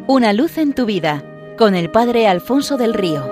Una luz en tu vida, con el Padre Alfonso del Río.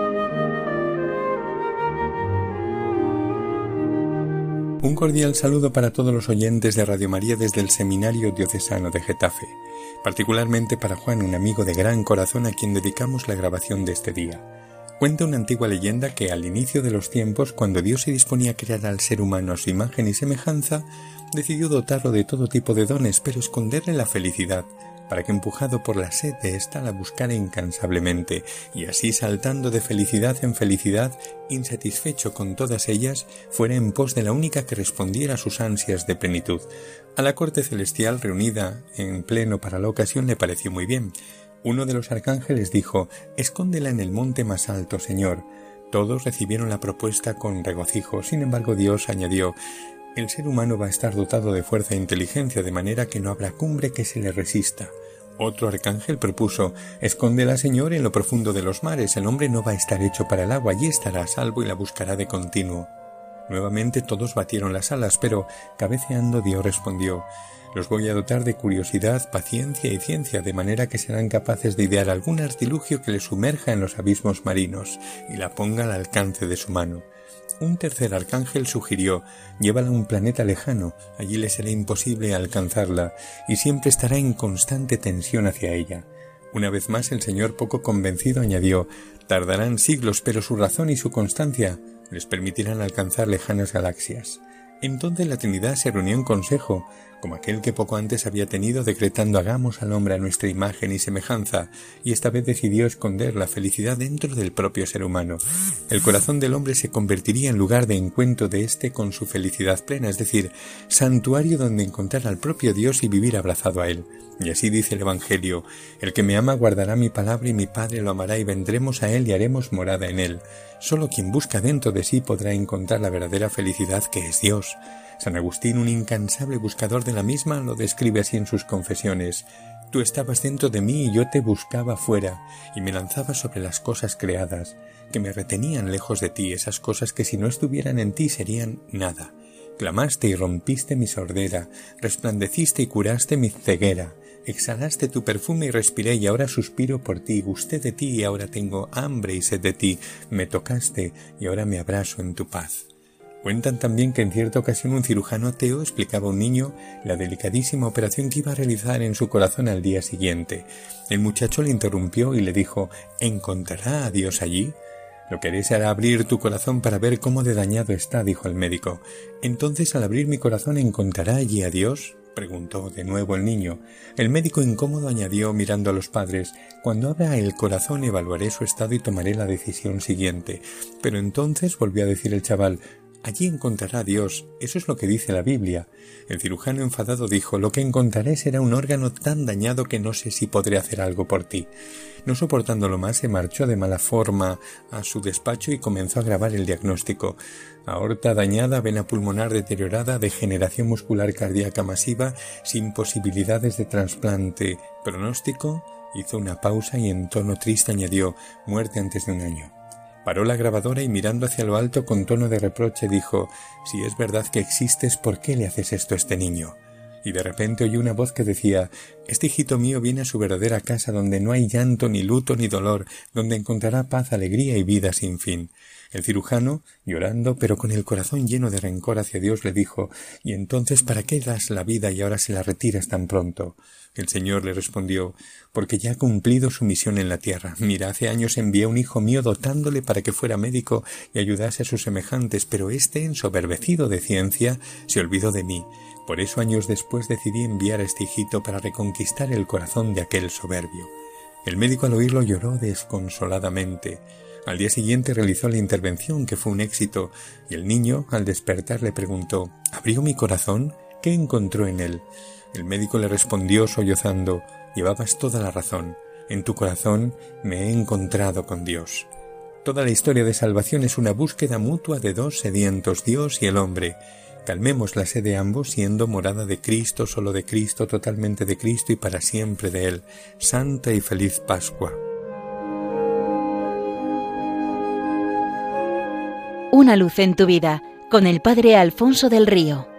Un cordial saludo para todos los oyentes de Radio María desde el Seminario Diocesano de Getafe, particularmente para Juan, un amigo de gran corazón a quien dedicamos la grabación de este día. Cuenta una antigua leyenda que al inicio de los tiempos, cuando Dios se disponía a crear al ser humano a su imagen y semejanza, decidió dotarlo de todo tipo de dones, pero esconderle la felicidad, para que empujado por la sed de ésta la buscara incansablemente, y así saltando de felicidad en felicidad, insatisfecho con todas ellas, fuera en pos de la única que respondiera a sus ansias de plenitud. A la corte celestial reunida en pleno para la ocasión le pareció muy bien. Uno de los arcángeles dijo: «Escóndela en el monte más alto, Señor». Todos recibieron la propuesta con regocijo. Sin embargo, Dios añadió: «El ser humano va a estar dotado de fuerza e inteligencia, de manera que no habrá cumbre que se le resista». Otro arcángel propuso: «Escóndela, Señor, en lo profundo de los mares. El hombre no va a estar hecho para el agua, allí estará a salvo y la buscará de continuo». Nuevamente todos batieron las alas, pero cabeceando Dios respondió: «Los voy a dotar de curiosidad, paciencia y ciencia, de manera que serán capaces de idear algún artilugio que les sumerja en los abismos marinos y la ponga al alcance de su mano». Un tercer arcángel sugirió: «Llévala a un planeta lejano, allí le será imposible alcanzarla y siempre estará en constante tensión hacia ella». Una vez más el Señor, poco convencido, añadió: «Tardarán siglos, pero su razón y su constancia les permitirán alcanzar lejanas galaxias». Entonces la Trinidad se reunió en consejo, como aquel que poco antes había tenido, decretando: «Hagamos al hombre a nuestra imagen y semejanza», y esta vez decidió esconder la felicidad dentro del propio ser humano. El corazón del hombre se convertiría en lugar de encuentro de éste con su felicidad plena, es decir, santuario donde encontrar al propio Dios y vivir abrazado a él. Y así dice el Evangelio: «El que me ama guardará mi palabra y mi Padre lo amará y vendremos a él y haremos morada en él». Solo quien busca dentro de sí podrá encontrar la verdadera felicidad, que es Dios. San Agustín, un incansable buscador de la misma, lo describe así en sus confesiones: «Tú estabas dentro de mí y yo te buscaba fuera, y me lanzaba sobre las cosas creadas, que me retenían lejos de ti, esas cosas que si no estuvieran en ti serían nada. Clamaste y rompiste mi sordera, resplandeciste y curaste mi ceguera. Exhalaste tu perfume y respiré, y ahora suspiro por ti, gusté de ti y ahora tengo hambre y sed de ti, me tocaste y ahora me abrazo en tu paz». Cuentan también que en cierta ocasión un cirujano ateo explicaba a un niño la delicadísima operación que iba a realizar en su corazón al día siguiente. El muchacho le interrumpió y le dijo: «¿Encontrará a Dios allí?». «Lo que haré será abrir tu corazón para ver cómo de dañado está», dijo el médico. «Entonces, al abrir mi corazón, ¿encontrará allí a Dios?», preguntó de nuevo el niño. El médico, incómodo, añadió mirando a los padres: «Cuando abra el corazón evaluaré su estado y tomaré la decisión siguiente». Pero entonces volvió a decir el chaval: «Allí encontrará a Dios, eso es lo que dice la Biblia». El cirujano, enfadado, dijo: «Lo que encontraré será un órgano tan dañado que no sé si podré hacer algo por ti». No soportándolo más, se marchó de mala forma a su despacho y comenzó a grabar el diagnóstico: aorta dañada, vena pulmonar deteriorada, degeneración muscular cardíaca masiva, sin posibilidades de trasplante. Pronóstico. Hizo una pausa y en tono triste añadió: muerte antes de un año. Paró la grabadora y mirando hacia lo alto con tono de reproche dijo: «Si es verdad que existes, ¿por qué le haces esto a este niño?». Y de repente oyó una voz que decía: «Este hijito mío viene a su verdadera casa, donde no hay llanto, ni luto, ni dolor, donde encontrará paz, alegría y vida sin fin». El cirujano, llorando, pero con el corazón lleno de rencor hacia Dios, le dijo: «¿Y entonces para qué das la vida y ahora se la retiras tan pronto?». El Señor le respondió: «Porque ya ha cumplido su misión en la tierra. Mira, hace años envié a un hijo mío dotándole para que fuera médico y ayudase a sus semejantes, pero éste, ensoberbecido de ciencia, se olvidó de mí. Por eso años después decidí enviar a este hijito para reconquistar el corazón de aquel soberbio». El médico, al oírlo, lloró desconsoladamente. Al día siguiente realizó la intervención, que fue un éxito, y el niño, al despertar, le preguntó: «¿Abrió mi corazón? ¿Qué encontró en él?». El médico le respondió sollozando: «Llevabas toda la razón. En tu corazón me he encontrado con Dios». Toda la historia de salvación es una búsqueda mutua de dos sedientos, Dios y el hombre. Calmemos la sed de ambos, siendo morada de Cristo, solo de Cristo, totalmente de Cristo y para siempre de Él. Santa y feliz Pascua. Una luz en tu vida, con el Padre Alfonso del Río.